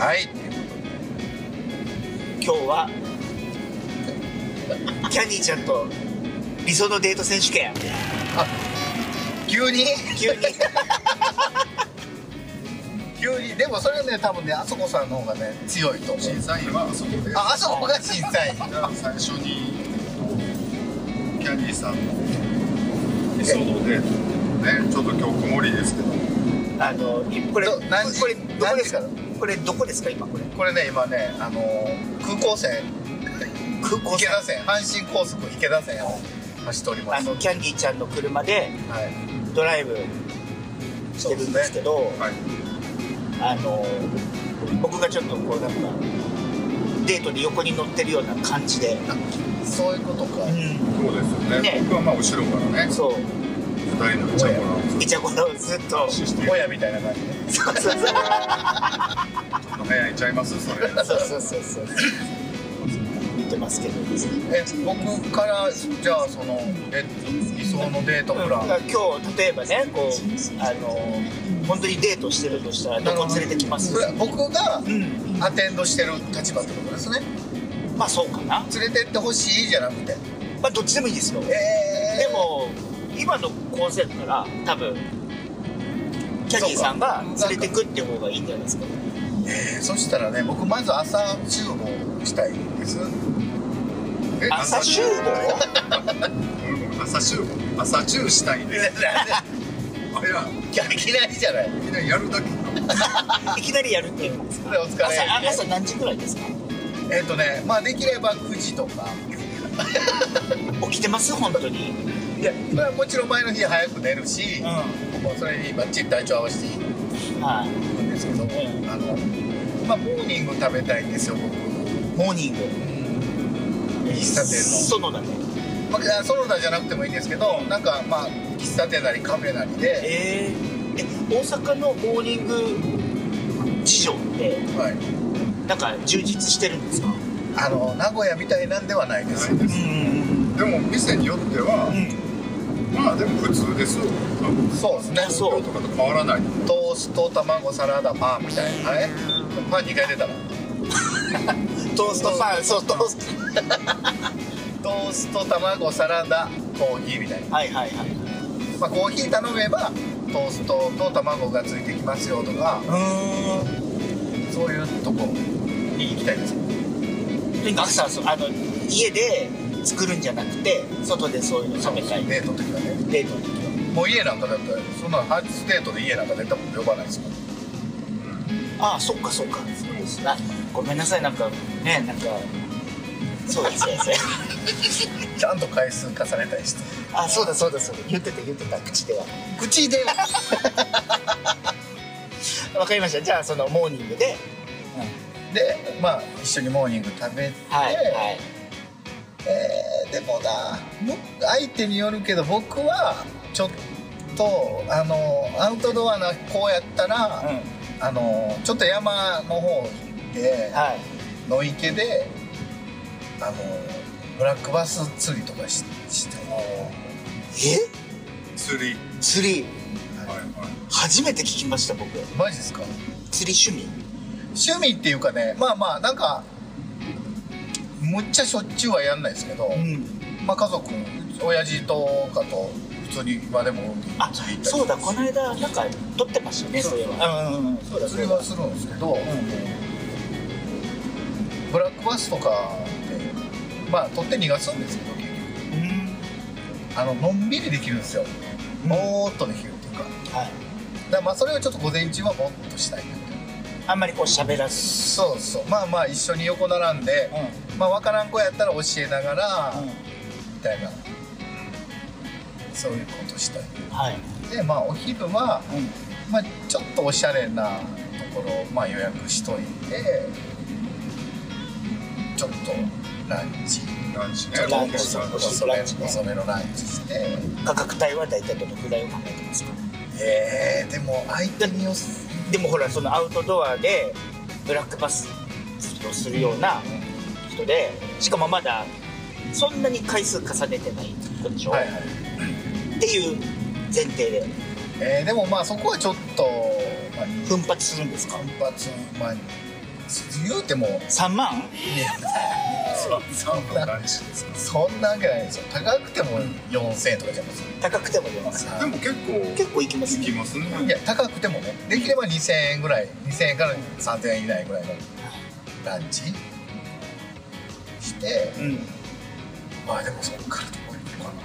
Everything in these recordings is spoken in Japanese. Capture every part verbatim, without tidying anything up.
はいということで今日はキャンディーちゃんと理想のデート選手権。 あ急に急に急にでもそれはね多分ねあそこさんの方がね強いと思う。 審査員はあそこで、 ああそこが審査員。 じゃあ最初にキャンディーさんの理想のデートね、ちょっと今日曇りですけど、 あのこれど何時これどこですか何時これどこですか今これこれね今ねあのー空港線空港池田線阪神高速池田線を走っております。 あのキャンディーちゃんの車ではいドライブしてるんですけど、 はい、 あの僕がちょっとこうなんかデートに横に乗ってるような感じで、 そういうことか。 うん、 そうですよね。 ね僕はまあ後ろからね、 そうふたりのイチャコラをずっイチャコラをずっととして、 親みたいな感じで。 そうそうそうちょっと早いちゃいますそれ。 そうそうそうそう言ってますけどですね。 え僕からじゃあそのえ理想のデートプラン。 うん、今日例えばねこうあの本当にデートしてるとしたらどこ連れてきます？ それ僕がうんアテンドしてる立場ってことですね。 まあそうかな。 連れてってほしいじゃなくて。 まあどっちでもいいですよ。 えでも今の構成から多分キャディーさんが連れてくって方がいいんじゃないですか。 えー、そしたらね僕まず朝集合したいです。 え朝集合？ 朝集合朝集したいんです。あれやいきなりじゃない。 いきなりやるだけ。 いきなりやるっていうんですか。 でお疲れ。 朝朝何時ぐらいですか？ えっ、ー、とねまあできればくじとか。 起きてます本当に。 いやこれはもちろん前の日早く寝るし、 うもうそれにバッチリ体調合わせていん。はい。 くんですけど、 んあのまあモーニング食べたいんですよ僕。 モーニング。 喫茶店そうだね。 の、まあ、ソロダじゃなくてもいいんですけどなんかまあ喫茶店なりカフェなりで、 えー、え大阪のモーニング事情ってはい、 なんか充実してるんですか？ あの名古屋みたいなんではないです。 ないですんでも店によっては、まあでも普通ですよ。 そうですね。 そう東京とかと変わらない。 トースト卵サラダパンみたいな、あれパンにかい出たらトーストパン、そうトーストースト卵サラダコーヒーみたいな、 ト。はいはいはい。 まあ、コーヒー頼めばトーストと卵がついてきますよとかうーん。 そういうとこに行きたいです。 朝そうあの家で作るんじゃなくて外でそういうの食べたい。 デートの時はね。 デートの時は。 もう家なんかだったらそんな初デートで家なんか出たもん呼ばないですもん。 ああそっかそっか。そうですな。ごめんなさいなんかねなんかそうですそうですちゃんと回数重ねたりして。 あそうだそうだそうだ言ってた言ってた口では。 口でわかりました。じゃあそのモーニングで。 でまあ一緒にモーニング食べて、 はいはい。 えー、でもな相手によるけど僕はちょっとあのアウトドアな子やったら、 うん。 あのちょっと山の方行ってはい。 野池であのブラックバス釣りとかししたい。 え？ 釣り。 釣りはいはい。 初めて聞きました僕。 マジですか？ 釣り趣味？ 趣味っていうかねまあまあなんかむっちゃしょっちゅうはやんないですけど、 ん。 まあ家族親父とかと普通に今でもあ釣り行ったりそうだこの間なんか撮ってましたねそういえば。うんうんうん。そうだ釣りはするんですけど、 うんブラックバスとかってまあ取って逃がすんですけど結局うん。 あののんびりできるんですよ、 うんぼーっとできるっていうかはい。 だからまあそれをちょっと午前中はぼーっとしたいなと。 あんまりこう喋らず。 そうそうまあまあ一緒に横並んで、 うまあ分からん子やったら教えながら、 ん。うん。 みたいなそういうことしたいはい。 でまあお昼は、 うん。 まあ、ちょっとおしゃれなところを、まあ、予約しといてちょっとランチランチね。 ランチ遅め遅めのランチして価格帯は大体どのくらいを考えてますか？ えー、でも相手によすでもほらそのアウトドアでブラックバスをするような人でしかもまだそんなに回数重ねてない子でしょ、 はいはいっていう前提でえー、でもまあそこはちょっと、まあ、 奮発するんですか？ 奮発、まあ、 言うてもさんまん？ いやそんなランチですか。 そんなわけないですよ。高くてもよんせんえんとかじゃないですか。 高くてもよんせんえん。 でも結構結構いきますね。 いきますね。 いや高くてもね、できればにせんえんぐらい、にせんえんからさんぜんえん以内ぐらいのランチして、 うん。 まあでもそっからどこ行くか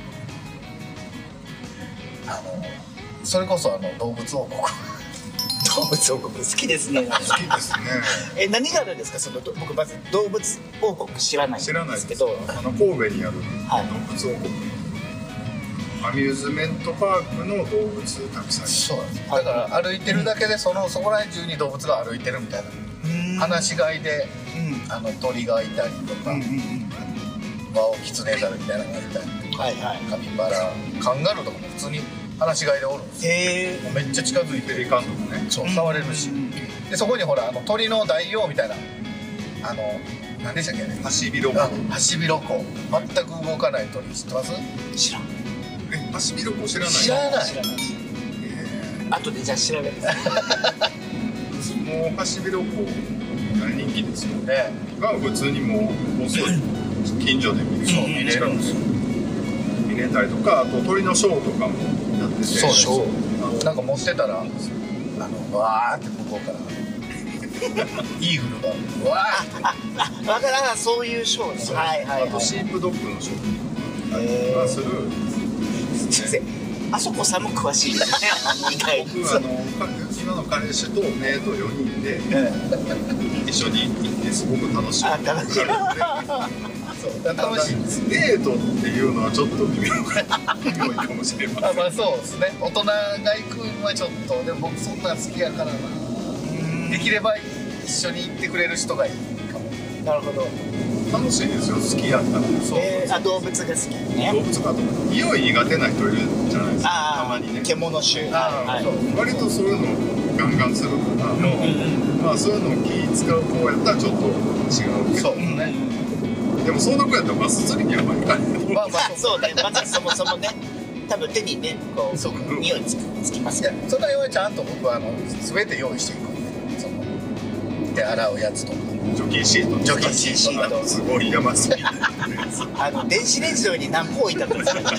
な。あのそれこそあの動物王国動物王国好きですね。 好きですね。 え、何があるんですか？そのど僕まず動物王国知らないん知らないですけど、 あの神戸にあるはい動物王国、アミューズメントパークの動物たくさんいる。 そうなんです。だから歩いてるだけでそのそこら辺中に動物が歩いてるみたいな。放し飼いでうんあの鳥がいたりとか、 うんうんうんワオキツネザルみたいなのがいたりとか、 はいはい。 カピバラ、カンガルーとかも普通に放し飼いでおるんですよ。 へもうめっちゃ近づいてるペリカンとかね。 そう触れるし、でそこにほらあの鳥の大王みたいなあの何でしたっけね、 ハシビロコウ。 あハシビロコウ、全く動かない鳥知ってます？ え、知らん。 え、ハシビロコウ知らない。 知らない知らない。 え後でじゃあ調べます。 ーもうハシビロコウ大人気ですよ。 ね。 が普通にもう遅い近所で見る。 そう見れるんですよ。 見れたりとか、あと鳥のショーとかもやってて。 そうですショー。 なんか持ってたらあのわーって向こうからイーグルがわーってあ、わからん、そういうショーです。はいはいはい。 あとシープドッグのショーへーがする。 先生、あそこさんも詳しいですね。意外に。 僕あの今の彼氏と姉とよにんで一緒に行ってすごく楽しい。 あ、楽しい。 そう楽しいんですよ。 デートっていうのはちょっと微妙か微妙いかもしれません。 あまあそうですね。大人が行くのはちょっと、でも僕そんなん好きやからな。できれば一緒に行ってくれる人がいいかも。 なるほど。 楽しいですよ、好きやったら。そう、 えー、あ、動物が好きね。 動物かと匂い苦手な人いるじゃないですか、たああ、 まにね。 獣種。 あーはい。 そう割とそういうのガンガンするから、 うんうんまあそういうのを気使う子やったらちょっと違うけど、 そうですね。 でもその子やったらバス釣りにはあんまり行かない。 まあまあうん。そうね、まずそもそもね、多分手にね、こそうかう匂いつくつきますいや、その辺はちゃんと僕はあの全て用意していくんで、その手洗うやつとか。 除菌シート。 除菌シートすごい山積み。 あの電子レンジの上に何個置いたんですか。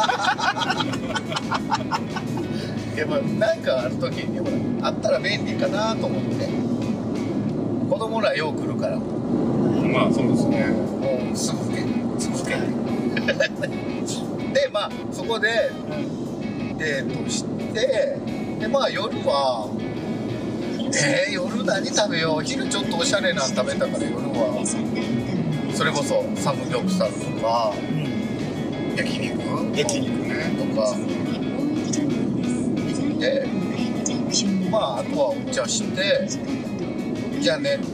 でもなんかある時にほらあったら便利かなと思って子供らよう来るからまあそうですね。 もうすぐ受けすぐ受けでまあそこでデートしてでまあ夜はえー、夜何食べよう昼ちょっとおしゃれなの食べたから夜はそれこそサムギョプサルとか焼肉焼肉ね。 とかでまああとはお茶してじゃあね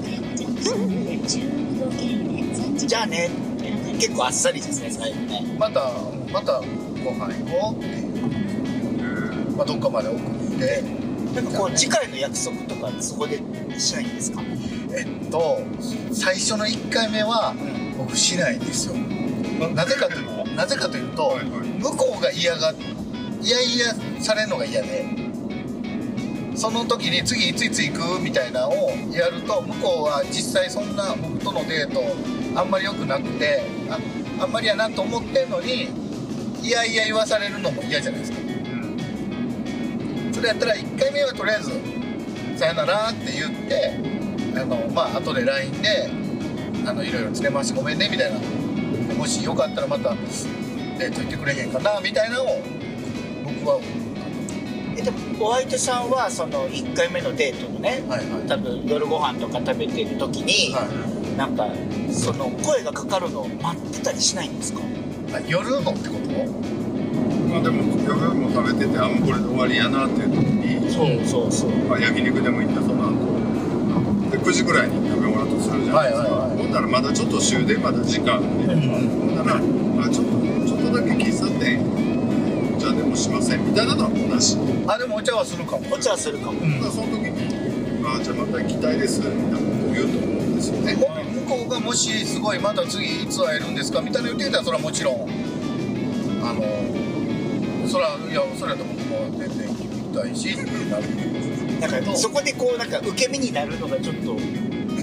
じゃあね、結構あっさりですね、最後ね。 またまたご飯行こうっていう、まあ、どっかまで送ってなんかこう次回の約束とかそこでしないんですか。 えっと最初のいっかいめは僕しないんですよ。なぜかというなぜかというと、 はいはい向こうが嫌がいやいやされるのが嫌でその時に次いついつ行くみたいなのをやると向こうは実際そんな僕とのデートあんまり良くなくて あ, あんまりやなと思ってんのにいやいや言わされるのも嫌じゃないですか。それやったらいっかいめはとりあえずさよならって言ってあのまあ後で ライン であのいろいろつけましてごめんねみたいなもしよかったらまたデート行ってくれへんかなみたいなのを僕はえでもお相手さんはそのいっかいめのデートのね、 はいはい多分夜ご飯とか食べてる時に、 はなんかその声がかかるのを待ってたりしないんですか。 い、あ夜のってことまあでも夜も食べててあもうこれで終わりやなっていう時に、 そうそうそう。 まあ、焼肉でも行ったその後でくじぐらいに食べ終わるとするじゃないですか、 はいはいはいほんならまだちょっと終電まだ時間あって、ほんなら、まあ、ちょっとちょっとだけ喫茶店お茶でもしませんみたいなのはなし、 あでもお茶はするかも。 お茶はするかも。 うんだからその時にあじゃあまた行きたいですみたいなことを言うと思うんですよね。 も向こうがもしすごいまた次いつ会えるんですかみたいな言ってたらそれはもちろんあのそれはいやそれはでも僕も全然行きたいしってなるなんかそこでこうなんか受け身になるのがちょっと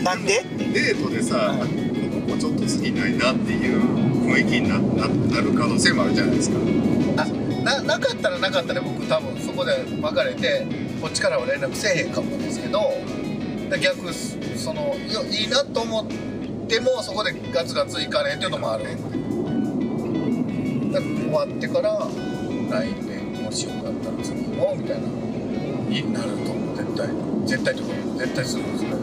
なんでデートでさ、この子ちょっと好きないなっていう雰囲気に な, な, なる可能性もあるじゃないですか。 あ な, なかったらなかったで僕多分そこで別れてこっちからは連絡せえへんかもですけど、逆そのいいなと思ってもそこでガツガツいかれへんっていうのもある。終わってから ライン でもしよかったら次もみたいなになると思う。絶対絶対とか絶対するんですけど、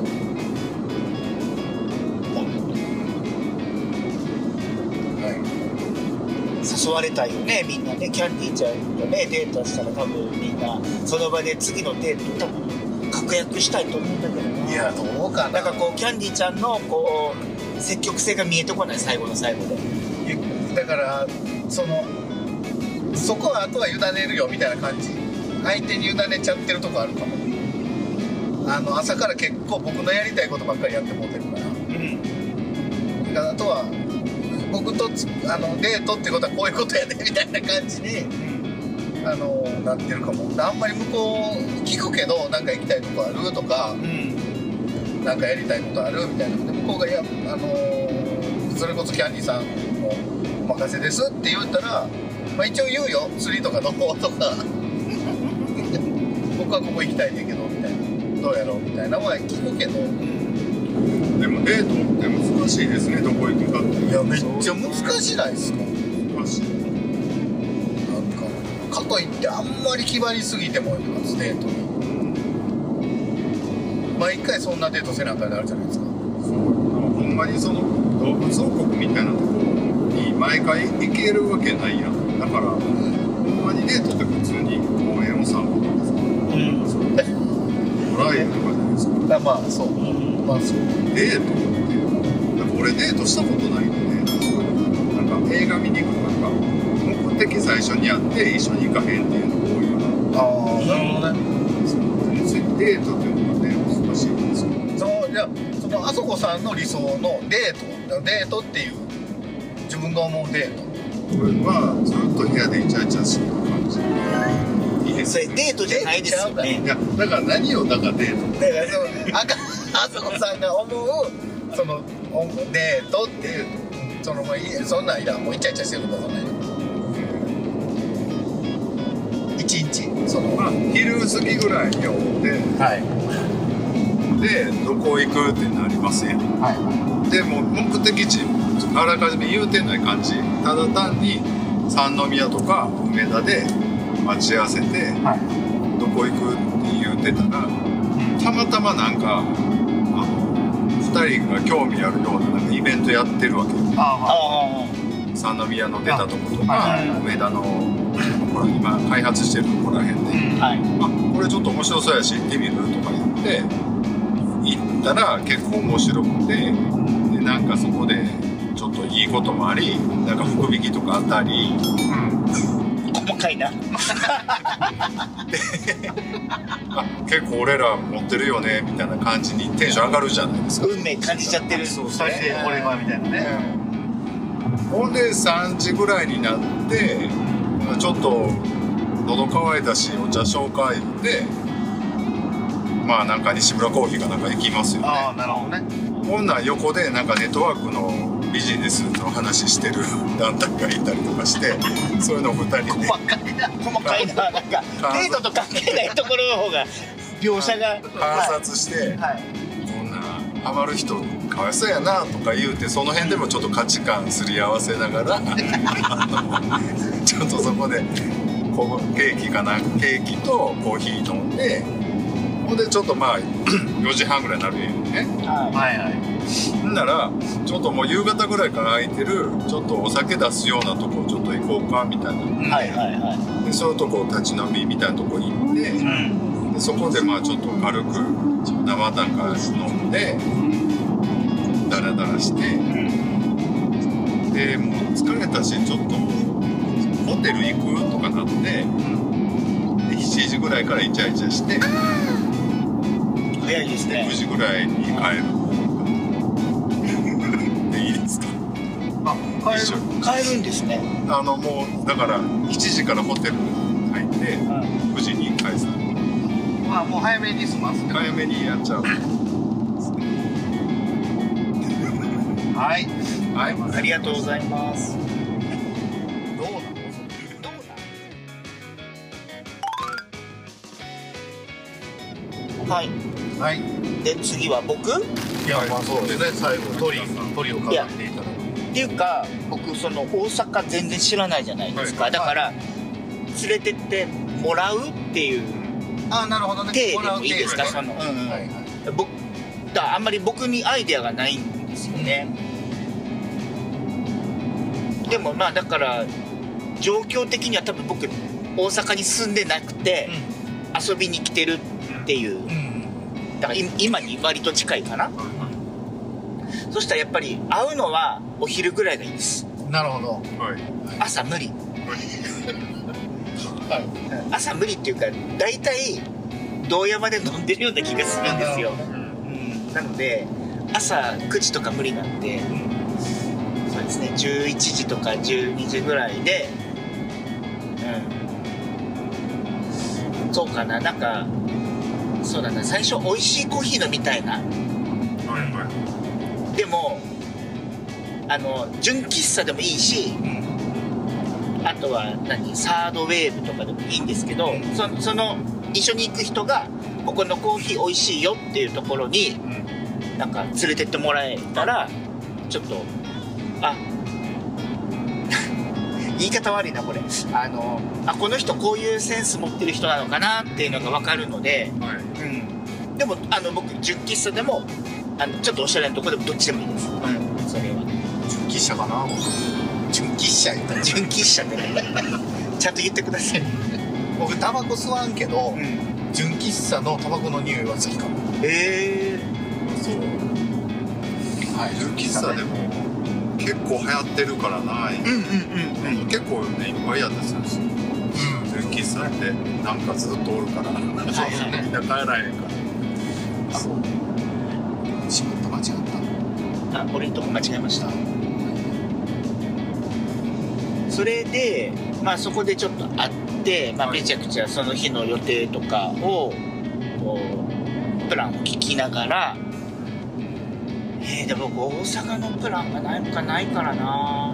誘われたいよね、みんなね。キャンディーちゃんとねデートしたら多分みんなその場で次のデート多分確約したいと思うんだけどな。 いやどうかな。 なんかこうキャンディーちゃんのこう積極性が見えてこない、最後の最後で。 だからそのそこはあとは委ねるよみたいな感じ、相手に委ねちゃってるとこあるかも。あの朝から結構僕のやりたいことばっかりやってもうてるから、うん、だからあとは僕とあのデートってことはこういうことやでみたいな感じに、うん、あのなってるかも。あんまり向こう聞くけどなんか行きたいとこあるとか、うん、なんかやりたいことあるみたいなで向こうがいやあのそれこそキャンディーさんもお任せですって言ったら、まあ、一応言うよ釣りとかどことか僕はここ行きたいねんけどみたいな、どうやろうみたいなのは聞くけど、 でもデートって難しいですね、どこ行くかって。 いやめっちゃ難しいないですか。 難しい。 なんかかといってあんまり気張りすぎてもいますデートに。毎回そんなデートせなあかんあるじゃないですか。 そうほんまにその動物王国みたいなとこに毎回行けるわけないやん。だから、うん、ほんまにデートって普通に公園を散歩とかさ、うん、そうドライブとかじゃないですか。 あまあそう、まあそうデートってなんか俺デートしたことないんでね、なんか映画見に行くとか目的最初にあって一緒に行かへんっていうのが多いから。 ああなるほどね。 デートっていうのがね難しいんですよ。 そのいやそのあそこさんの理想のデートデートっていう自分が思うデート、 俺はずっと部屋でイチャイチャしてる感じ。いいですそれデートじゃないですよね。 いやだから何をだからデートだからそのあかあそこさんが思うそのデートっていうそのもういそんなんいらん、もうイチャイチャしてることない一日その、 まあ、昼過ぎぐらいにおって、 はい、 でどこ行くってなりますやん、はい、でも目的地あらかじめ言うてない感じ。ただ単に三宮とか梅田で待ち合わせて、はい、どこ行くって言うてたらたまたまなんかあのふたりが興味あるような、なんかイベントやってるわけよ。ああ三宮の出たとことか梅田のほら今開発してるとこらへんで、うんはい、あこれちょっと面白そうやし行ってみるとか言って行ったら結構面白くて、でなんかそこでちょっといいこともあり、なんか福引きとかあったり、うん、 細かいなあ結構俺ら持ってるよねみたいな感じにテンション上がるじゃないですか。 運命感じちゃってる。 そうそうね、これはみたいなね、 うん、ほんでさんじぐらいになってちょっと喉乾いたしお茶紹介でまあなんか西村コーヒーがなんか行きますよね。 ああなるほどね。 ほんなら横でなんかネットワークのビジネスの話してる団体がいたりとかして、そういうのをふたりで細かいな細かいな、なんかデートと関係ないところの方が描写が観察して、はい、こんなハマる人かわいそうやなとか言うて、その辺でもちょっと価値観すり合わせながらあのちょっとそこでこうケーキかなケーキとコーヒー飲んで、ほんでちょっとまあよじはんぐらいになるよね。はいはい。んならちょっともう夕方ぐらいから空いてるちょっとお酒出すようなとこちょっと行こうかみたいな。はいはいはい。でそういうとこ立ち飲みみたいなとこに行って、うん、でそこでまあちょっと軽く生炭化飲んでダラダラして、うん、でもう疲れたしちょっとホテル行くとかなって、うん、でしちじぐらいからイチャイチャして。 早いですね。 くじぐらいに帰る。でいいですか。 あ、帰る。帰るんですね。 あのもうだからしちじからホテル入って、うん、くじに帰す。 まあもう早めに済ます。 早めにやっちゃう。 はいはい、 ありがとうございます。 どうなの？ どうなん？はい。 はいで次は僕？ いやまあそうですね、最後トリトリを飾っていただくっていうか僕その大阪全然知らないじゃないですか、 はいだから連れてってもらうっていうああなるほどね、 体でもいいですか、 もらうその、うんうん、 はいはい僕だあんまり僕にアイデアがないんですよね。でもまあだから状況的には多分僕大阪に住んでなくて遊びに来てるっていう、 うんうんだから今に割と近いかな。そしたらやっぱり会うのはお昼ぐらいがいいです。 なるほど。 はい朝無理。 はい。 朝無理っていうか大体堂山で飲んでるような気がするんですよ。うん、なので朝くじとか無理なんで、そうですねじゅういちじとかじゅうにじぐらいで、うん、そうかな、なんかそうだな、最初美味しいコーヒー飲みたいな。 はいはいでもあの純喫茶でもいいし、あとは何サードウェーブとかでもいいんですけど、そ, その一緒に行く人がここのコーヒー美味しいよっていうところになんか連れてってもらえたらちょっとあ言い方悪いなこれ、あのあこの人こういうセンス持ってる人なのかなっていうのが分かるので、 はい、 うん、でもあの僕純喫茶でもあのちょっとおしゃれなとこでもどっちでもいいです、うん、それは純喫茶かな。純喫茶言ったら純喫茶ってちゃんと言ってください。 僕タバコ吸わんけど、 うん、 純喫茶のタバコの匂いは好きかも。 ええー、そう、 はい、純喫茶でも結構流行ってるからな、 うんうんうんうん、 結構ねいっぱいやったりするし、うん、純喫茶ってなんかずっとおるから、はいはい、みんな帰らへんから。 そうしまった間違ったあ、俺のとこ間違えました。それでまあそこでちょっと会って、まあ、めちゃくちゃその日の予定とかをこうプランを聞きながら、えー、でも僕大阪のプランがないかないからな。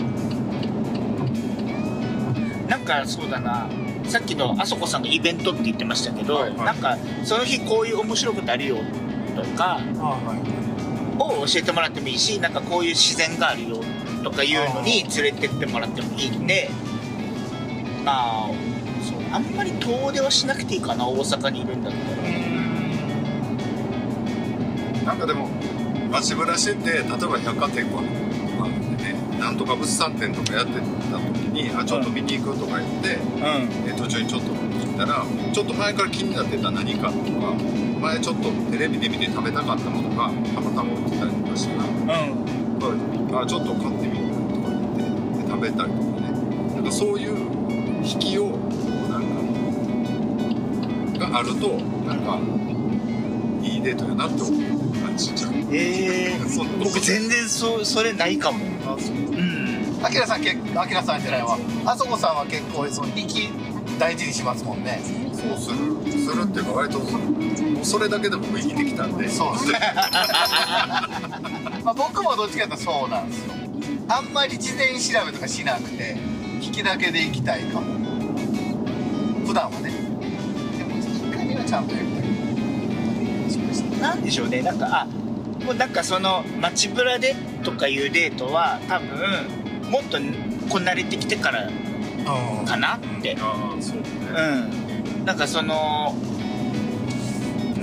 なんかそうだな、さっきのあそこさんがイベントって言ってましたけど、はいはい、なんかその日こういう面白いことあるよとかを教えてもらってもいいし、なんかこういう自然があるよとかいうのに連れてってもらってもいいんで、まあそうあんまり遠出はしなくていいかな、大阪にいるんだったら。 なんかでも街ぶらしてて、例えば百貨店とかね、なんとか物産展とかやってた時に、あちょっと見に行くとか言って、うん、え途中にちょっと聞いたら、ちょっと前から気になってた何かとか、前ちょっとテレビで見て食べたかったものがたまたま売ってたりとかしたら、うん、あちょっと買ってみるとか言ってで食べたりとかね、なんかそういう引きをなんかがあるとなんかいいデートやなって思う感じじゃん。 えー、僕全然そそれないかも。 あそう、うん、あきらさんけあきらさんじゃないわ、あそこさんは結構その引き大事にしますもんね。 そうするするっていうか割とそれだけで僕生きてきたんで。 そうですねまあ僕もどっちかというとそうなんですよ。あんまり事前調べとかしなくて引きだけで行きたいかも普段はね。でもいっかいめはちゃんとやりたい。 なんでしょうね、なんかあもうなんかその街ぶらでとかいうデートは多分もっとこなれてきてからかなって。 ああそうね。 うん。なんかその、うん、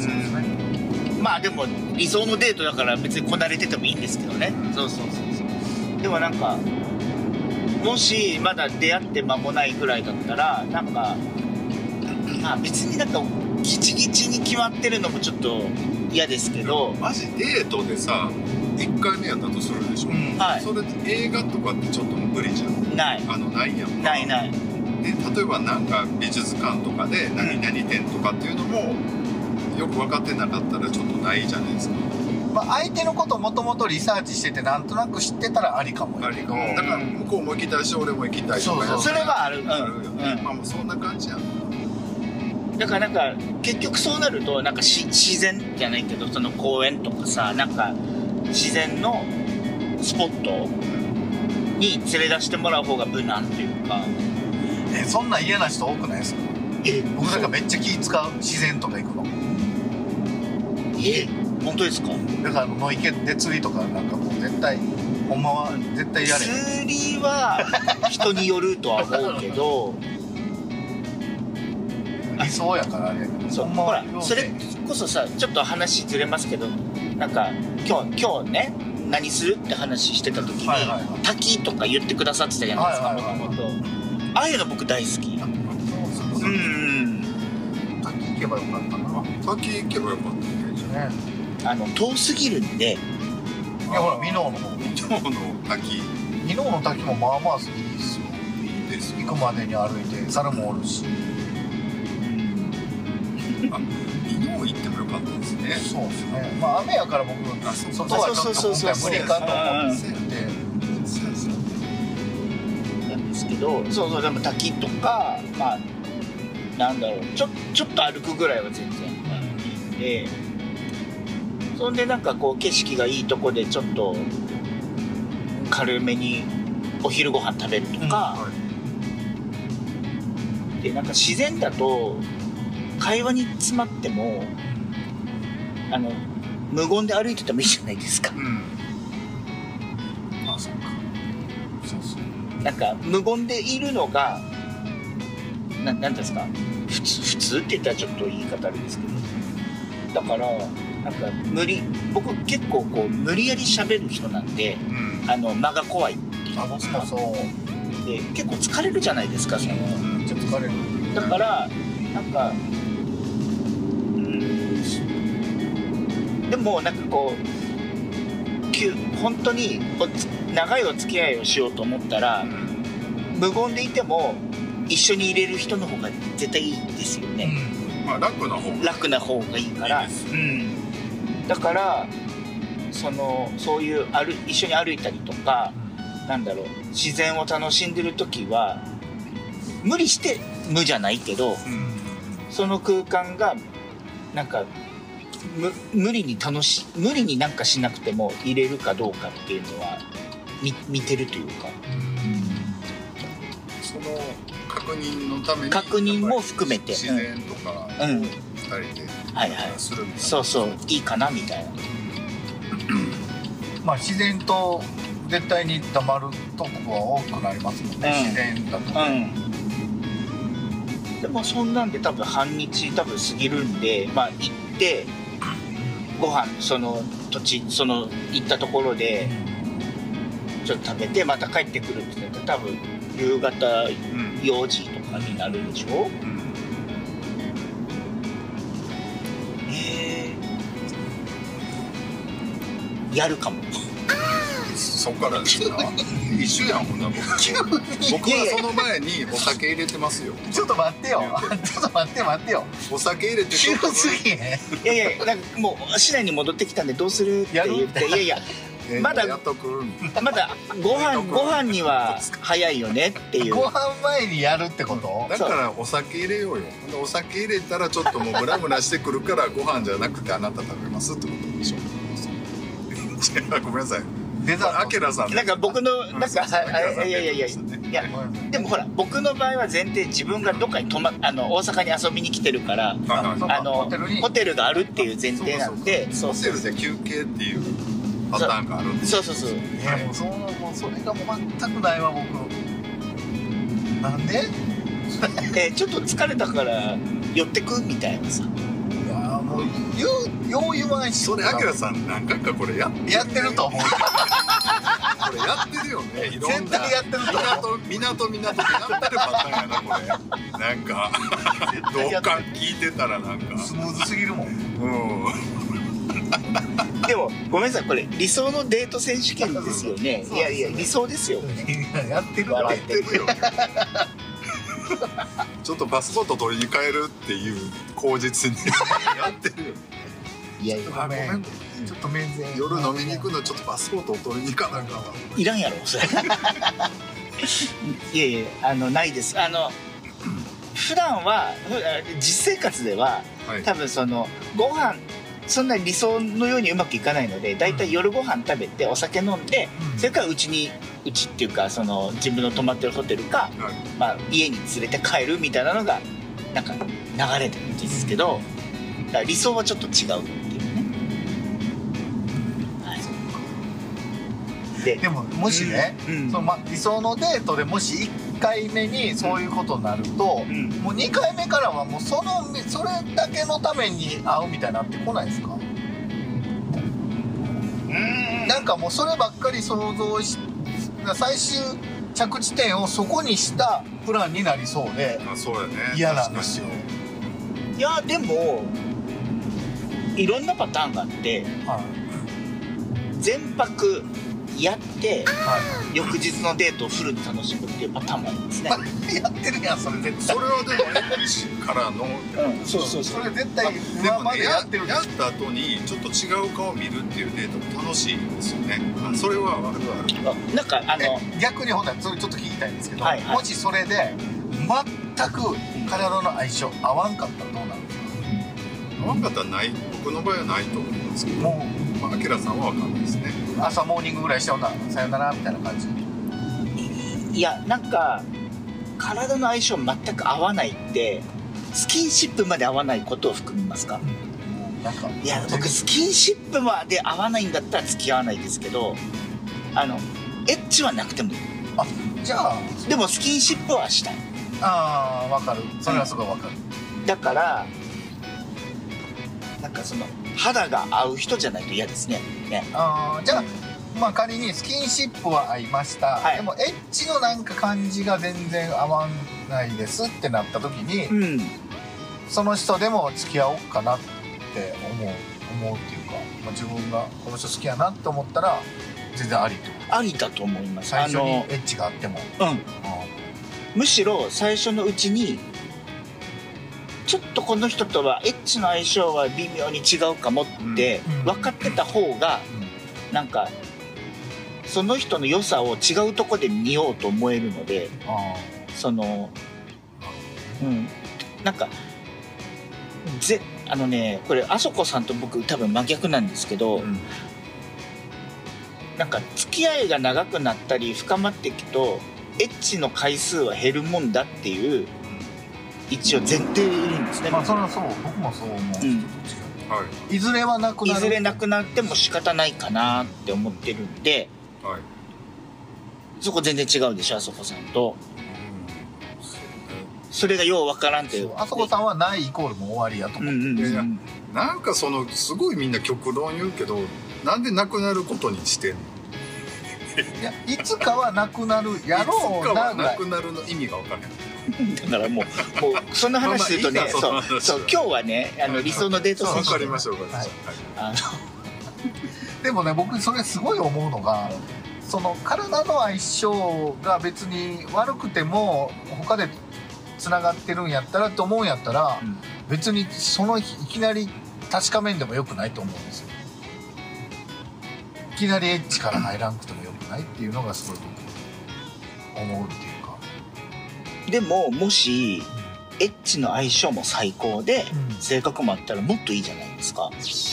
まあでも理想のデートだから別にこなれててもいいんですけどね。そうそうそうそう。でもなんかもしまだ出会って間もないぐらいだったらなんかまあ別になんかギチギチに決まってるのもちょっと嫌ですけど、 マジデートでさいっかいめやったとするでしょ、うん、はい、それ映画とかってちょっと無理じゃん。 ないあのないやん。 ないない。 で例えばなんか美術館とかで何々展とかっていうのもよく分かってなかったらちょっとないじゃないですか。 まあ、相手のことをもともとリサーチしててなんとなく知ってたらありかもよ。 ありかも。だから向こうも行きたいし俺も行きたいとか。 そうそう、それはある、うん、 あるよね、うん、まあもうそんな感じやん。 だからなんか結局そうなるとなんかし自然じゃないけどその公園とかさ、なんか自然のスポットに連れ出してもらう方が無難っていうか。 えそんな嫌な人多くないですか？ え僕なんかめっちゃ気使う、自然とか行くの。 え本当ですか？ だからあの野池で釣りとかなんかもう絶対ほんまは絶対やれへん。 釣りは人によるとは思うけど理想やからあれ。 そうほんまはほらそれこそさちょっと話ずれますけどなんか今日今日ね何するって話してた時に、 はいはいはい、 滝とか言ってくださってたじゃないですか、 はいはいはい、 もともとああいうの僕大好き。 そうそうそう、 うん滝行けばよかったな。 滝行けばよかったね。 あの遠すぎるんで。 いやほら箕面の方、 箕面の滝、 箕面の滝もまあまあ好きですよ。 いいですよ。 行くまでに歩いて猿もおるし。 あ、箕面行ってもよかったですね。 そうですね。まあ雨やから僕あそう外はちょっと今回無理かと思ってて。 なんですけど、そうそうでも滝とかまあなんだろうちょちょっと歩くぐらいは全然いいんで、そんでなんかこう景色がいいとこでちょっと軽めにお昼ご飯食べるとか、 うんはい、 でなんか自然だと会話に詰まってもあの無言で歩いててもいいじゃないですか。 うん、あ、そうか。そうそう。 なんか無言でいるのがななんですか普通普通って言ったらちょっと言い方あれですけど、だからなんか無理僕結構こう無理やり喋る人なんで、 うん、 あの間が怖いっていうあ、僕もそうで結構疲れるじゃないですかその、 めっちゃ疲れる。 だからなんかうんでもなんかこうきゅ本当におつ長いお付き合いをしようと思ったら、うん、無言でいても一緒にいれる人の方が絶対いいですよね、 うん、まあ楽な方が楽な方がいいからいいです、 うん、だからそのそういう歩一緒に歩いたりとか、うん、なんだろう自然を楽しんでる時は無理して無じゃないけど、うん、その空間がなんかむ無理に楽し無理になんかしなくても入れるかどうかっていうのは見見てるというか、うん、 その確認のために確認も含めて自然とかうん、 ふたりではいはいするみたいな、 そうそういいかなみたいなまあ自然と絶対に黙るとこは多くなりますもんね、うん、自然だと、 うん、でもそんなんで多分半日多分過ぎるんでまあ行ってご飯その土地その行ったところでちょっと食べてまた帰ってくるって言ったら多分夕方よじとかになるでしょ、うん、えー、やるかもそっからですか一緒やんほんな僕僕はその前にお酒入れてますよちょっと待ってよちょっと待って待ってよお酒入れて急すぎへんいやいやなんかもう市内に戻ってきたんでどうするって言っていやいやまだまだご飯ご飯には早いよねっていうご飯前にやるってこと？ だからお酒入れようよ。お酒入れたらちょっともうムラムラしてくるからご飯じゃなくてあなた食べますってことでしょ。ごめんなさい。 デザートアキラさんなんか僕のなんかいやいやいやいやでもほら僕の場合は前提自分がどっかに泊まあの大阪に遊びに来てるからあのホテルがあるっていう前提なんでホテルで休憩っていうパターンがあるんでそうそうそう。 いやもうそのもうそれがもう全くないわ僕。なんで？ えー、ちょっと疲れたから寄ってくみたいなさ。 いやもう言うよう言わんし。 それアキラさん何回かこれやってる、ね、 やってると思う。 これやってるよね。いろんな絶対やってると思う。 港港港でやってるパターンやなこれ。なんか同感聞いてたらなんかスムーズすぎるもん。うん。 でもごめんなさいこれ理想のデート選手権ですよね。いやいや理想ですよ。 やってるやってるよ。ちょっとパスポート取りに帰るっていう口実にやってるよ。 いやいやごめんちょっと面前夜飲みに行くのちょっとパスポートを取りに行かなきゃいらんやろそれ。いやいやあのないです。あの普段は実生活では、はい、多分そのご飯そんな理想のようにうまくいかないので、だいたい夜ご飯食べてお酒飲んで、 うんそれからうちにうちっていうかその自分の泊まってるホテルか、 はいまあ、家に連れて帰るみたいなのがなんか流れてるんですけど、だから理想はちょっと違うっていうね。はい、ででももしね、 うんうんそのま理想のデートでもしいっかいめにそういうことになると、 うんもうにかいめからはもうそのそれだけのために会うみたいになってこないですか？ うんなんかもうそればっかり想像し最終着地点をそこにしたプランになりそうであそうやね嫌なんですよ。 いやでもいろんなパターンがあってはい全泊やっては翌日のデートをフルで楽しむっていうパターンもあるんですね。 い、やってるやんそれ絶対。 それはでもエッチからのうん、そうそうそう。 それ絶対で今まもねやでやってるやった後にちょっと違う顔を見るっていうデートも楽しいんですよね。あそれはあるある。 あなんかあのえ逆にほんならそれちょっと聞きたいんですけど、 はいはいもしそれで全く体の相性合わんかったらどうなるんですか？ 合わんかったらない僕の場合はないと思いますけど、 もまあアキラさんは分かんないですね。 う朝モーニングぐらいしてほんならさよならみたいな感じ。 いやなんか体の相性全く合わないってスキンシップまで合わないことを含みますか？ なんかいや僕スキンシップまで合わないんだったら付き合わないですけど、あのエッチはなくてもいい。 あじゃあでもスキンシップはしたい。 ああ分かるそれはすごい分かる。 だからなんかその肌が合う人じゃないと嫌ですね。ね。 あーじゃあまあ仮にスキンシップは合いました、 はいでもエッチのなんか感じが全然合わないですってなった時に、 うん。 その人でも付き合おうかなって思う思うっていうか、まあ、自分がこの人好きやなって思ったら全然ありってこと。 ありだと思います。 最初にあのエッチがあっても、 うん。 うむしろ最初のうちにちょっとこの人とはエッチの相性は微妙に違うかもってうん分かってた方がんなんかその人の良さを違うとこで見ようと思えるので、 あそのうんなんかぜあのねこれあそこさんと僕多分真逆なんですけど、 うんなんか付き合いが長くなったり深まっていくとエッチの回数は減るもんだっていう一応前提いるんですね。 ーまあそれはそう僕もそう思う、 うん人と違うはいいずれはなくなるいずれなくなっても仕方ないかなって思ってるんで、 はい。 そこ全然違うでしょあそこさんと。 うんそうねそれがようわからんっていうそうあそこさんはないイコールもう終わりやと思う、 うんうんうんいやいやなんかそのすごいみんな極論言うけどなんでなくなることにしてんの？ いやいつかはなくなるやろいうつかはななぐらいくなるの意味が分からない。 だからもうもうそんな話するとねまあまあいいなその話はそうそう今日はねあの理想のデート分か選手りました分かりまはいした。はいあのでもね僕それすごい思うのがその体の相性が別に悪くても他でつながってるんやったらと思うんやったら、 うん別にその日いきなり確かめんでもよくないと思うんですよ。いきなりエッチから入らんくてもよくないっていうのがすごい僕思うっていうか、 でももしエッチの相性も最高でうん性格もあったらもっといいじゃないですか。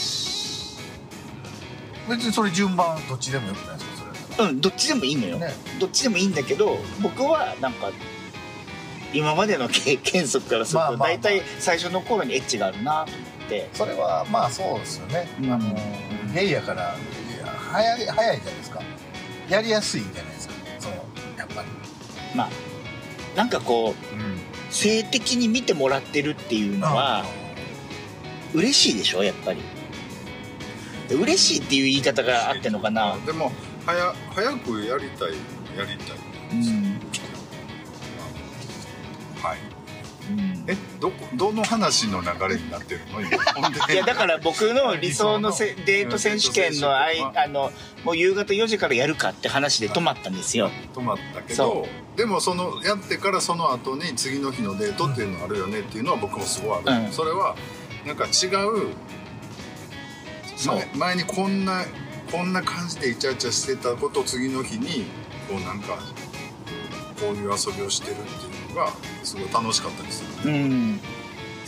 別にそれ順番どっちでもよくないですかそれだったうんどっちでもいいのよ、 らね。 どっちでもいいんだけど僕はなんか今までの経験則からするとまあまあまあ大体最初の頃にエッチがあるなと思ってそれはまあそうですよね、 うんあのゲイやからいや早い早いじゃないですか、やりやすいじゃないですかそのやっぱり、 まあなんかこううん性的に見てもらってるっていうのは嬉しいでしょやっぱり。嬉しいっていう言い方があってんのかな。 でも早早くやりたいやりたい。 うんはい。 うんえどこどの話の流れになってるの今？ほんでいやだから僕の理想のせデート選手権のあいあのもう夕方よじからやるかって話で止まったんですよ。 止まったけそどでもそのやってからその後に次の日のデートっていうのあるよねっていうのは僕もすごいある、 うんそれはなんか違うそう前前にこんなこんな感じでイチャイチャしてたことを次の日にこうなんかこういう遊びをしてるっていうのがすごい楽しかったりする。 うん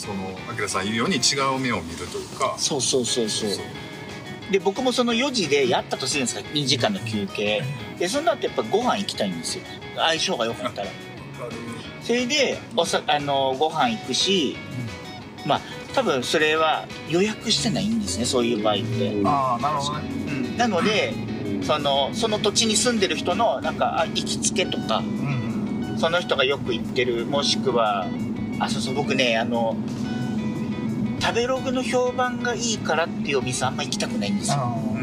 その明さん言うように違う目を見るというか。 そうそうそうそうで僕もそのよじでやったとするんですかにじかんの休憩でその後やっぱご飯行きたいんですよ相性が良かったらそれでおさあのご飯行くし、うん、まあ多分それは予約してないんですねそういう場合って。 ああなるほどね、 うん、なのでそのその土地に住んでる人のなんか行きつけとか、うんうん、その人がよく行ってるもしくはあそうそう僕ねあの食べログの評判がいいからっていうお店あんま行きたくないんですよ、うん、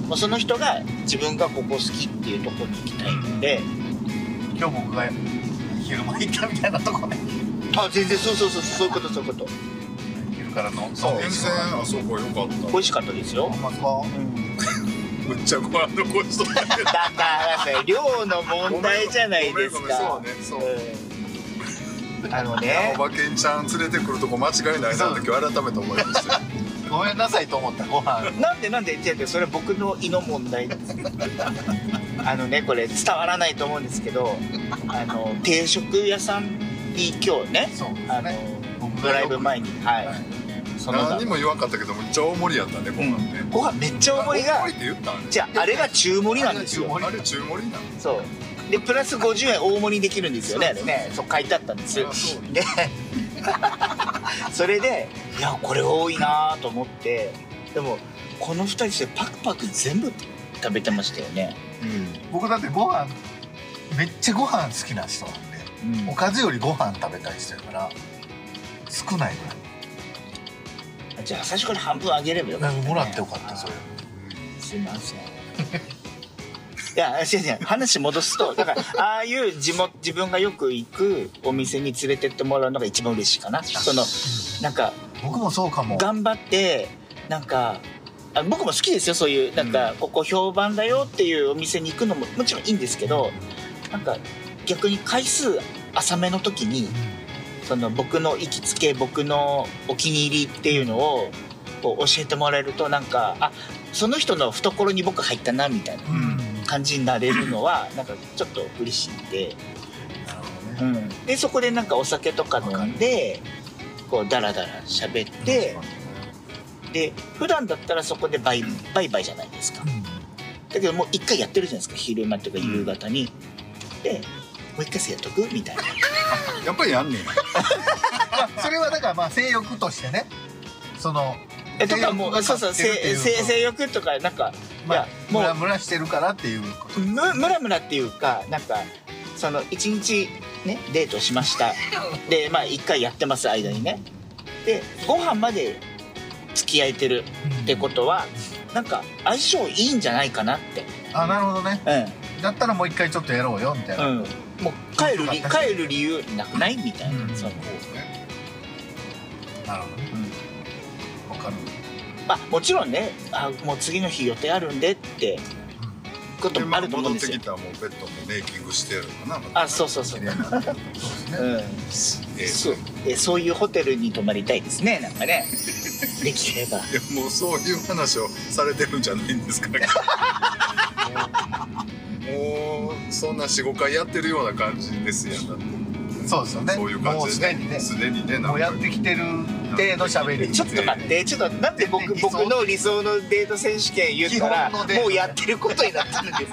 もうその人が自分がここ好きっていうところに行きたいので、 うん、今日僕が昼間行ったみたいなとこねあ全然そうそうそうそういうことそういうこと昼からのそう全然あそこ良かった美味しかったですよほんまですか、うんむっちゃご飯のごちそうだだからさ量の問題じゃないですかそうねそう、 うん、あのねおばけんちゃん連れてくるとこ間違いないなって今日改めて思いましたごめんなさいと思ったご飯なんでなんで言ってそれは僕の胃の問題あのねこれ伝わらないと思うんですけどあの定食屋さんに今日ねそうですねあのドライブ前にはい、はい何にも言わんかったけどめっちゃ大盛りやったねご飯ね、 うん、ご飯めっちゃ大盛りが大盛りって言ったんじゃああれが中盛りなんですよあれ中盛りなのそうでプラスごじゅうえん大盛りできるんですよねあれねそう書いてあったんですでそれでいやこれ多いなと思ってでもこのふたりしてパクパク全部食べてましたよね、 うん、僕だってご飯めっちゃご飯好きな人なんで、うん、おかずよりご飯食べたい人やから少ないぐらいじゃあ最初から半分あげればよかった、ね、 もらってよかったそれすいませんいや違う違う話戻すとだからああいう地元自分がよく行くお店に連れてってもらうのが一番嬉しいかなそのなんか僕もそうかも頑張ってなんかあ僕も好きですよそういうなんか、うん、ここ評判だよっていうお店に行くのももちろんいいんですけどなんか逆に回数浅めの時に、うんその僕の行きつけ僕のお気に入りっていうのをこう教えてもらえるとなんかあその人の懐に僕入ったなみたいな感じになれるのはなんかちょっと嬉しいんで、なるほどね、うん、でそこでなんかお酒とか飲んでこうダラダラ喋ってで普段だったらそこでバイバイバイじゃないですか、だけどもう一回やってるじゃないですか昼間とか夕方にでもう一回やっとくみたいなやっぱりやんねんそれはだからまあ性欲としてねそのえとかもうそうそう性性欲とかなんかまあムラムラしてるからっていうことムムラムラっていうかなんかその一日ねデートしましたでまあ一回やってます間にねでご飯まで付き合えてるってことは、うん、なんか相性いいんじゃないかなってあなるほどね、うん、だったらもう一回ちょっとやろうよみたいな、うん、 もう帰る帰る理由なくないみたいな、うん、そうねなるほどね、うん、分かるまあもちろんねあもう次の日予定あるんでってこともあると思うんですよ。 戻ってきたらもうベッドもメイキングしてるのかな。 あそうそうそうそうですね、うん、えー、そうえそういうホテルに泊まりたいですねなんかねできれば。いやもうそういう話をされてるんじゃないんですかもうそんな よん,ご 回やってるような感じですやんだって。 そうですよね。 そういう感じで、ね、すでにね、 もうやってきてる程度喋り。 ちょっと待って、ちょっとなんで僕僕の理想のデート選手権言ったらもうやってることになってるんです。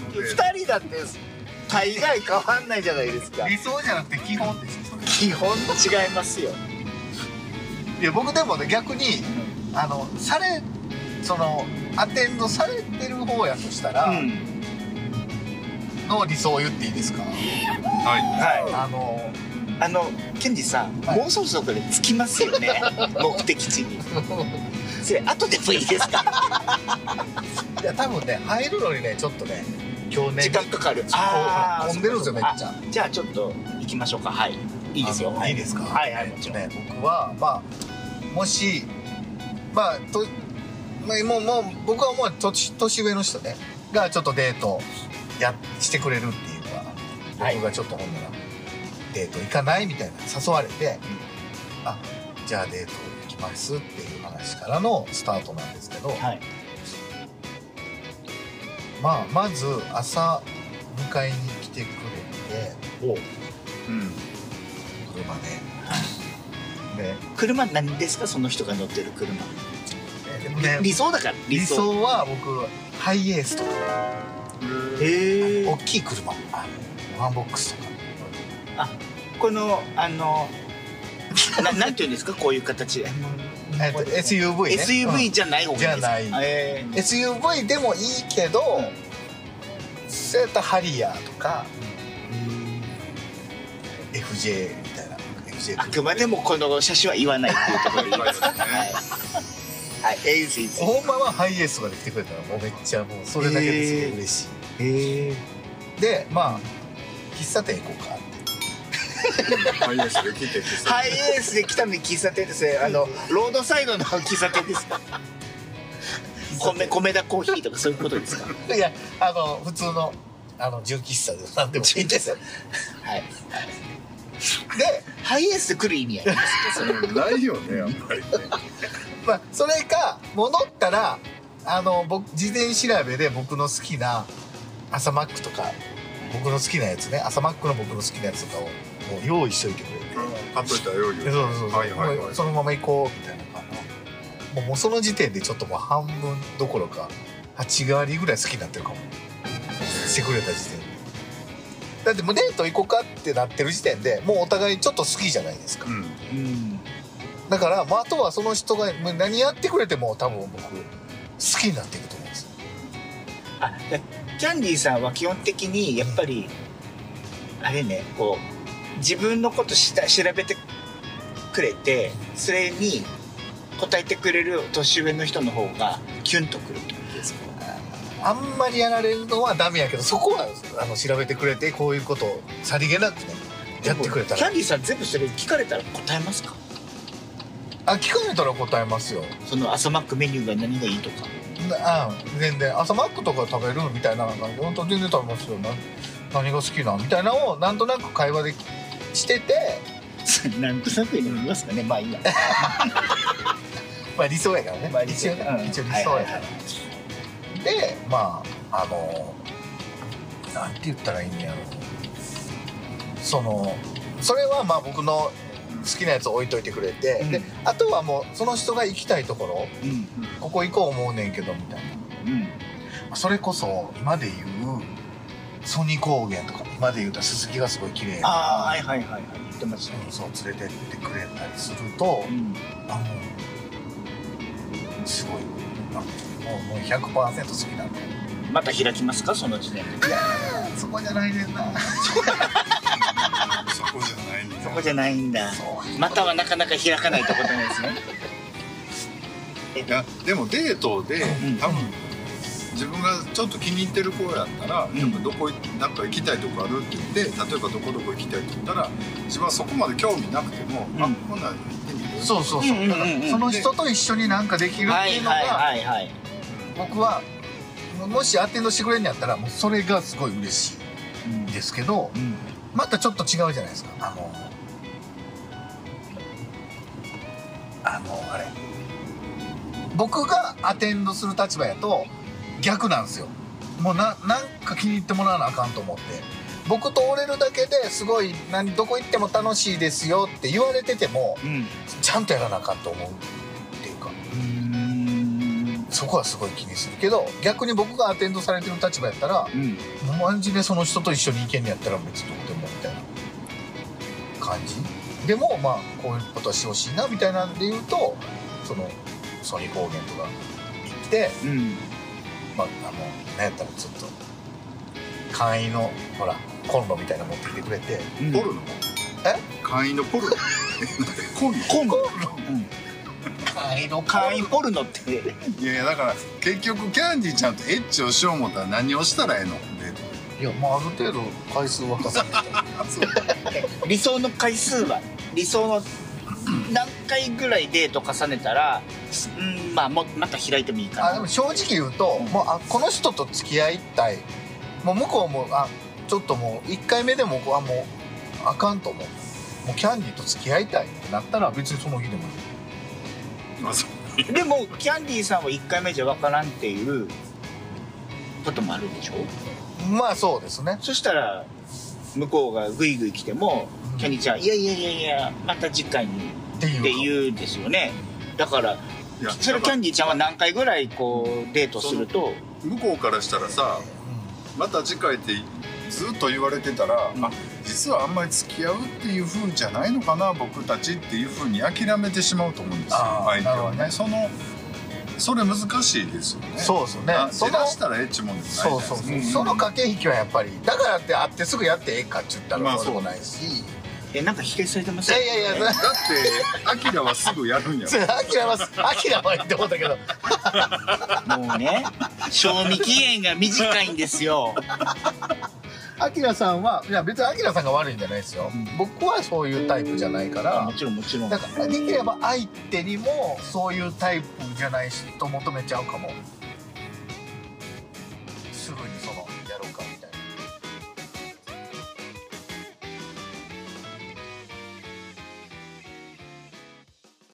ふたりだって大概変わんないじゃないですか。 理想じゃなくて基本ですよ。 基本違いますよ。 いや僕でもね逆にあのされそのアテンドされてる方やとしたら。うんの理想を言っていいですか。はいはい。あのあのケンジさん、はい、もうそろそろこれ着きますよね。目的地に。それ後でもいいですか。 いや多分ね入るのにねちょっとね今日ね時間かかる。 ああ混んでるんですよめっちゃ。 じゃあちょっと行きましょうか。はい。いいですよ。 いいですか。 はいはいもちろん。 ね僕はまあもしまあとまあもうもう僕はもう年年上の人ねがちょっとデート。やしてくれるっていうか、はい、僕がちょっとほんならデート行かないみたいな誘われて、うん、あじゃあデート行きますっていう話からのスタートなんですけど、はい、まあまず朝迎えに来てくれてお、うん、車で、 ね。 車何ですか、その人が乗ってる車。 でもね、 理想だから理想は僕ハイエースとか、 へえ。 大きい車、あのワンボックスとか。 あ、このあのななんていうんですか、こういう形。 えっと エスユーブイ ね。 エスユーブイ じゃない方がいいですか。 じゃない、 えーエスユーブイ でもいいけど、 うんそうやったらハリアーとか エフジェー みたいな エフジェーあくまでもこの車種は言わないっていうところでいいですか。はいはい、えー、いいですいいです。 ほんまはハイエースとかで来てくれたらもうめっちゃもうそれだけですげえ嬉しい、 へえ。 でまあ喫茶店行こうかってハイエースで来てハイエースで来たのに喫茶店ですね。あのロードサイドの喫茶店ですか。米米田コーヒーとかそういうことですか。 いやあの普通のあの純喫茶でなんでもいいんですよ。 はい。 でハイエースで来る意味ありますか、それ。 ないよねやっぱりね。 まあそれか戻ったらあの僕事前調べで僕の好きな朝マックとか僕の好きなやつね、朝マックの僕の好きなやつとかをもう用意しといてくれて、 買っといたら用意。 そうそうそう、 はいはいはい。 そのまま行こうみたいな感じ。もうもうその時点でちょっともう半分どころかはち割ぐらい好きになってるかもしてくれた時点で。だってもうデート行こうかってなってる時点でもうお互いちょっと好きじゃないですか、 うん。 うん。 だから、まあ、あとはその人がもう何やってくれても多分僕好きになっていくと思うんですよ。 あ、だキャンディーさんは基本的にやっぱりあれね、こう自分のことした調べてくれて、それに答えてくれる年上の人の方がキュンとくるってことですか。 あんまりやられるのはダメやけど、そこはあの調べてくれてこういうことをさりげなくねやってくれたら。 キャンディーさん全部それ聞かれたら答えますか。 あ、聞かれたら答えますよ。 その朝マックメニューが何がいいとか。 あ、全然朝マックとか食べるみたいな、本当全然食べますよ。な何が好きなみたいなのをなんとなく会話でしててなんとなく言いますかね。まあいいや。 まあ理想やからね、 まあ理想一応ね、一応理想やから、 はいはいはでまああのなんて言ったらいいんやろ、そのそれはまあ僕の好きなやつを置いといてくれて、うん、であとはもうその人が行きたいところ、うん、ここ行こう思うねんけどみたいな、うん、それこそ今で言う曽爾高原とか、今で言うとすすきがすごい綺麗な、 ああはいはいはいはい言ってましたね。 そう連れてってくれたりすると、うん、あのすごいもうもう ひゃくパーセント 好きなんで。 また開きますか、その時点で。 いやそこじゃないねんな。 そこじゃないんだ。 そこじゃないんだ。またはなかなか開かないってことなんですね。 いやでもデートで、うん、多分自分がちょっと気に入ってる子やったら、うん、やっぱどこなんか行きたいとこあるって言って、例えばどこどこ行きたいって言ったら、自分はそこまで興味なくても、うん、あこんなん行ってみる。 そうそうそう。だからその人と一緒になんかできるっていうのが僕はもしアテンドしてくれるんやったらもうそれがすごい嬉しいんですけど、うん、またちょっと違うじゃないですか。あのあのあれ僕がアテンドする立場やと逆なんですよ。もうななんか気に入ってもらわなあかんと思って、僕と折れるだけですごい何どこ行っても楽しいですよって言われてても、うん、ちゃんとやらなあかんと思うっていうか、うーんそこはすごい気にするけど、逆に僕がアテンドされてる立場やったら、うん、もうマジでその人と一緒に行けんやったら別にどこでもみたいな感じでも、まあこういうことはしてほしいなみたいなんで言うと、その曽爾高原とか行って、うん、まああの何やったらちょっと簡易のほらコンロみたいなの持ってきてくれて、 うん、ポルノえ簡易のポルノコンロコンロ、 うん、簡易の簡易ポルノって。 いやいやだから結局キャンディーちゃんとエッチをしよう思ったら何をしたらええの。 いやまあある程度回数は重ねて理想の回数は理想の何回ぐらいデート重ねたら、うん、まあもまた開いてもいいかな。 あでも正直言うと、うん、もうあこの人と付き合いたい、もう向こうもあちょっともういっかいめでもあもうあかんと思う、もうキャンディーと付き合いたいってなったら別にその日でもいい。 あそうでもキャンディーさんはいっかいめじゃ分からんっていうこともあるでしょ。 まあそうですね。 そしたら向こうがグイグイ来ても、うん、キャンディーちゃんいやいやいやいやまた次回にっていうって言うんですよね。だからそれキャンディーちゃんは何回ぐらいこうデートすると向こうからしたらさ、また次回ってずっと言われてたら、うん、あ実はあんまり付き合うっていう風じゃないのかな僕たちっていう風に諦めてしまうと思うんですよ相手はね。そのそれ難しいですよね。 そうですよね。 それ出したらエッチもんじゃないじゃないですか。そうそうそう、うん、その駆け引きはやっぱりだからって会ってすぐやってええかって言ったらそうでもないし、 えなんか否定されてますよ。いやいやいやだってアキラはすぐやるんやろ。アキラはアキラは言って思ったけどもうね賞味期限が短いんですよ。 アキラさんはいや別にアキラさんが悪いんじゃないですよ、うん、僕はそういうタイプじゃないからもちろんもちろんだからできれば相手にもそういうタイプじゃない人求めちゃうかもすぐにその